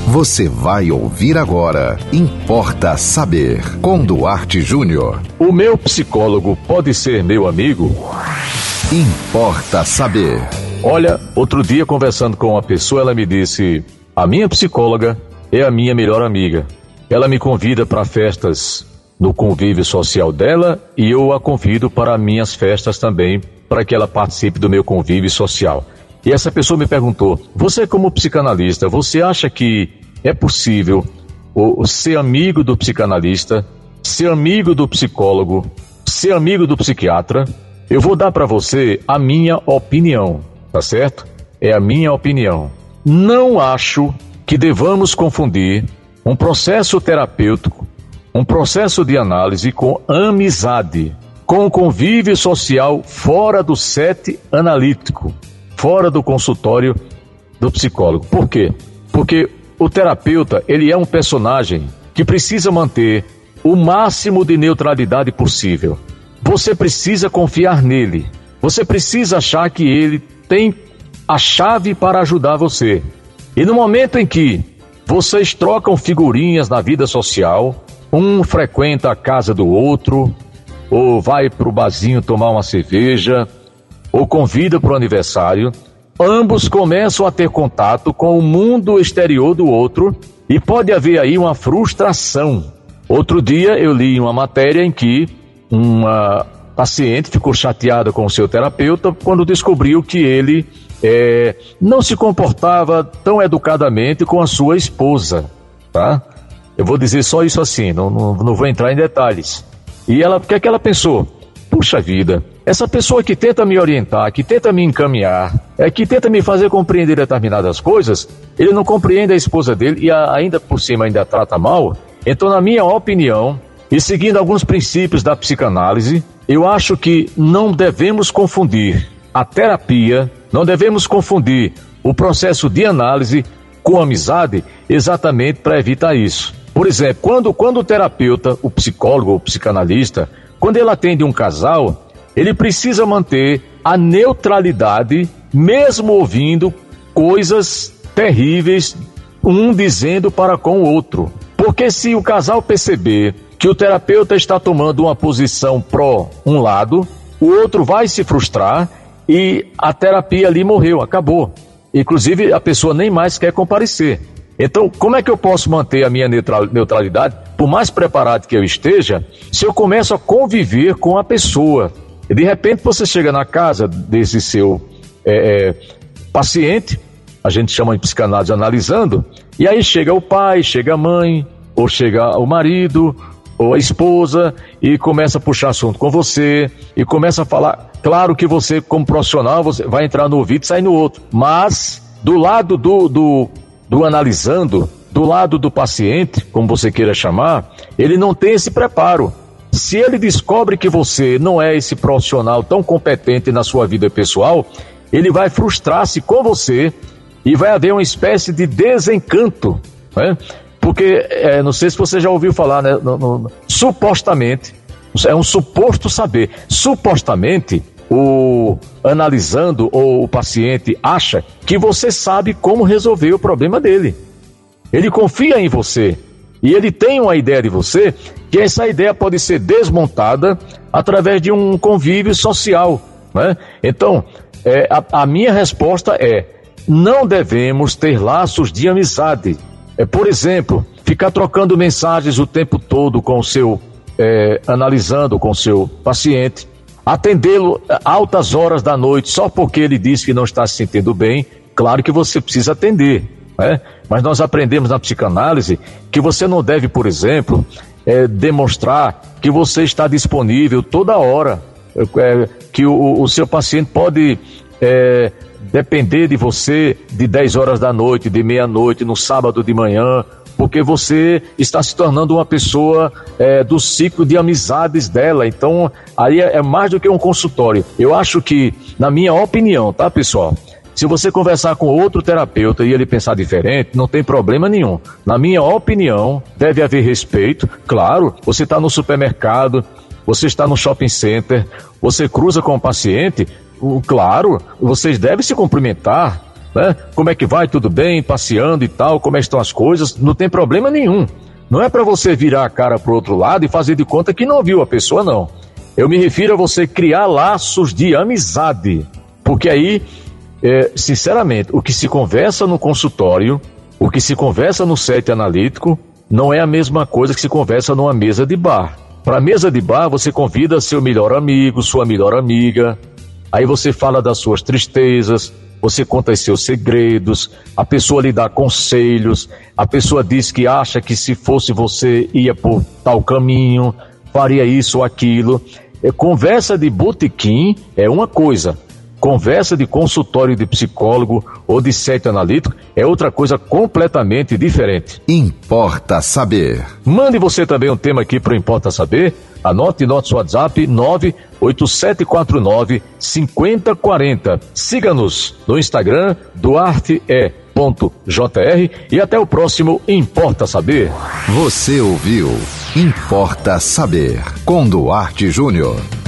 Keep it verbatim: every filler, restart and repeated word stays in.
Você vai ouvir agora Importa Saber, com Duarte Júnior. O meu psicólogo pode ser meu amigo? Importa Saber. Olha, outro dia conversando com uma pessoa, ela me disse: a minha psicóloga é a minha melhor amiga. Ela me convida para festas no convívio social dela e eu a convido para minhas festas também, para que ela participe do meu convívio social. E essa pessoa me perguntou: você como psicanalista, você acha que é possível o, ser amigo do psicanalista, ser amigo do psicólogo, ser amigo do psiquiatra? Eu vou dar para você a minha opinião, tá certo? É a minha opinião. Não acho que devamos confundir um processo terapêutico, um processo de análise com amizade, com convívio social fora do set analítico, fora do consultório do psicólogo. Por quê? Porque o terapeuta, ele é um personagem que precisa manter o máximo de neutralidade possível. Você precisa confiar nele. Você precisa achar que ele tem a chave para ajudar você. E no momento em que vocês trocam figurinhas na vida social, um frequenta a casa do outro, ou vai para o barzinho tomar uma cerveja, ou convida para o aniversário, ambos começam a ter contato com o mundo exterior do outro e pode haver aí uma frustração. Outro dia eu li uma matéria em que uma paciente ficou chateada com o seu terapeuta quando descobriu que ele é, não se comportava tão educadamente com a sua esposa, tá? Eu vou dizer só isso assim, não, não, não vou entrar em detalhes. E ela, o que é que ela pensou? Puxa vida, essa pessoa que tenta me orientar, que tenta me encaminhar, é, que tenta me fazer compreender determinadas coisas, ele não compreende a esposa dele e a, ainda por cima ainda trata mal. Então, na minha opinião, e seguindo alguns princípios da psicanálise, eu acho que não devemos confundir a terapia, não devemos confundir o processo de análise com amizade, exatamente para evitar isso. Por exemplo, quando, quando o terapeuta, o psicólogo, o psicanalista, quando ele atende um casal, ele precisa manter a neutralidade, mesmo ouvindo coisas terríveis, um dizendo para com o outro. Porque se o casal perceber que o terapeuta está tomando uma posição pró um lado, o outro vai se frustrar e a terapia ali morreu, acabou. Inclusive, a pessoa nem mais quer comparecer. Então, como é que eu posso manter a minha neutralidade, por mais preparado que eu esteja, se eu começo a conviver com a pessoa? E de repente você chega na casa desse seu é, é, paciente, a gente chama de psicanálise analisando, e aí chega o pai, chega a mãe, ou chega o marido, ou a esposa, e começa a puxar assunto com você, e começa a falar. Claro que você, como profissional, você vai entrar no ouvido e sair no outro, mas do lado do... do do analisando, do lado do paciente, como você queira chamar, ele não tem esse preparo. Se ele descobre que você não é esse profissional tão competente na sua vida pessoal, ele vai frustrar-se com você e vai haver uma espécie de desencanto, né? Porque, é, não sei se você já ouviu falar, né? No, no, supostamente, é um suposto saber, supostamente, o analisando ou o paciente acha que você sabe como resolver o problema dele. Ele confia em você e ele tem uma ideia de você, que essa ideia pode ser desmontada através de um convívio social, né? Então, é, a, a minha resposta é: não devemos ter laços de amizade. É, por exemplo, ficar trocando mensagens o tempo todo com o seu é, analisando, com o seu paciente, atendê-lo altas horas da noite só porque ele disse que não está se sentindo bem. Claro que você precisa atender, né? Mas nós aprendemos na psicanálise que você não deve, por exemplo, é, demonstrar que você está disponível toda hora, é, que o, o seu paciente pode é, depender de você de dez horas da noite, de meia-noite, no sábado de manhã, porque você está se tornando uma pessoa é, do ciclo de amizades dela. Então, aí é, é mais do que um consultório. Eu acho que, na minha opinião, tá, pessoal? Se você conversar com outro terapeuta e ele pensar diferente, não tem problema nenhum. Na minha opinião, deve haver respeito. Claro, você está no supermercado, você está no shopping center, você cruza com o paciente, claro, vocês devem se cumprimentar. né? Como é que vai? Tudo bem? Passeando e tal? Como é que estão as coisas? Não tem problema nenhum. Não é para você virar a cara pro outro lado e fazer de conta que não viu a pessoa, não. Eu me refiro a você criar laços de amizade. Porque aí, é, sinceramente, o que se conversa no consultório, o que se conversa no set analítico, não é a mesma coisa que se conversa numa mesa de bar. Para mesa de bar, você convida seu melhor amigo, sua melhor amiga, aí você fala das suas tristezas, você conta os seus segredos, a pessoa lhe dá conselhos, a pessoa diz que acha que se fosse você ia por tal caminho, faria isso ou aquilo. É, conversa de botequim é uma coisa. Conversa de consultório de psicólogo ou de set analítico é outra coisa completamente diferente. Importa Saber. Mande você também um tema aqui para o Importa Saber. Anote nosso WhatsApp nove oito sete quatro nove cinco zero quatro zero. Siga-nos no Instagram duarte e ponto j r e até o próximo Importa Saber. Você ouviu Importa Saber com Duarte Júnior.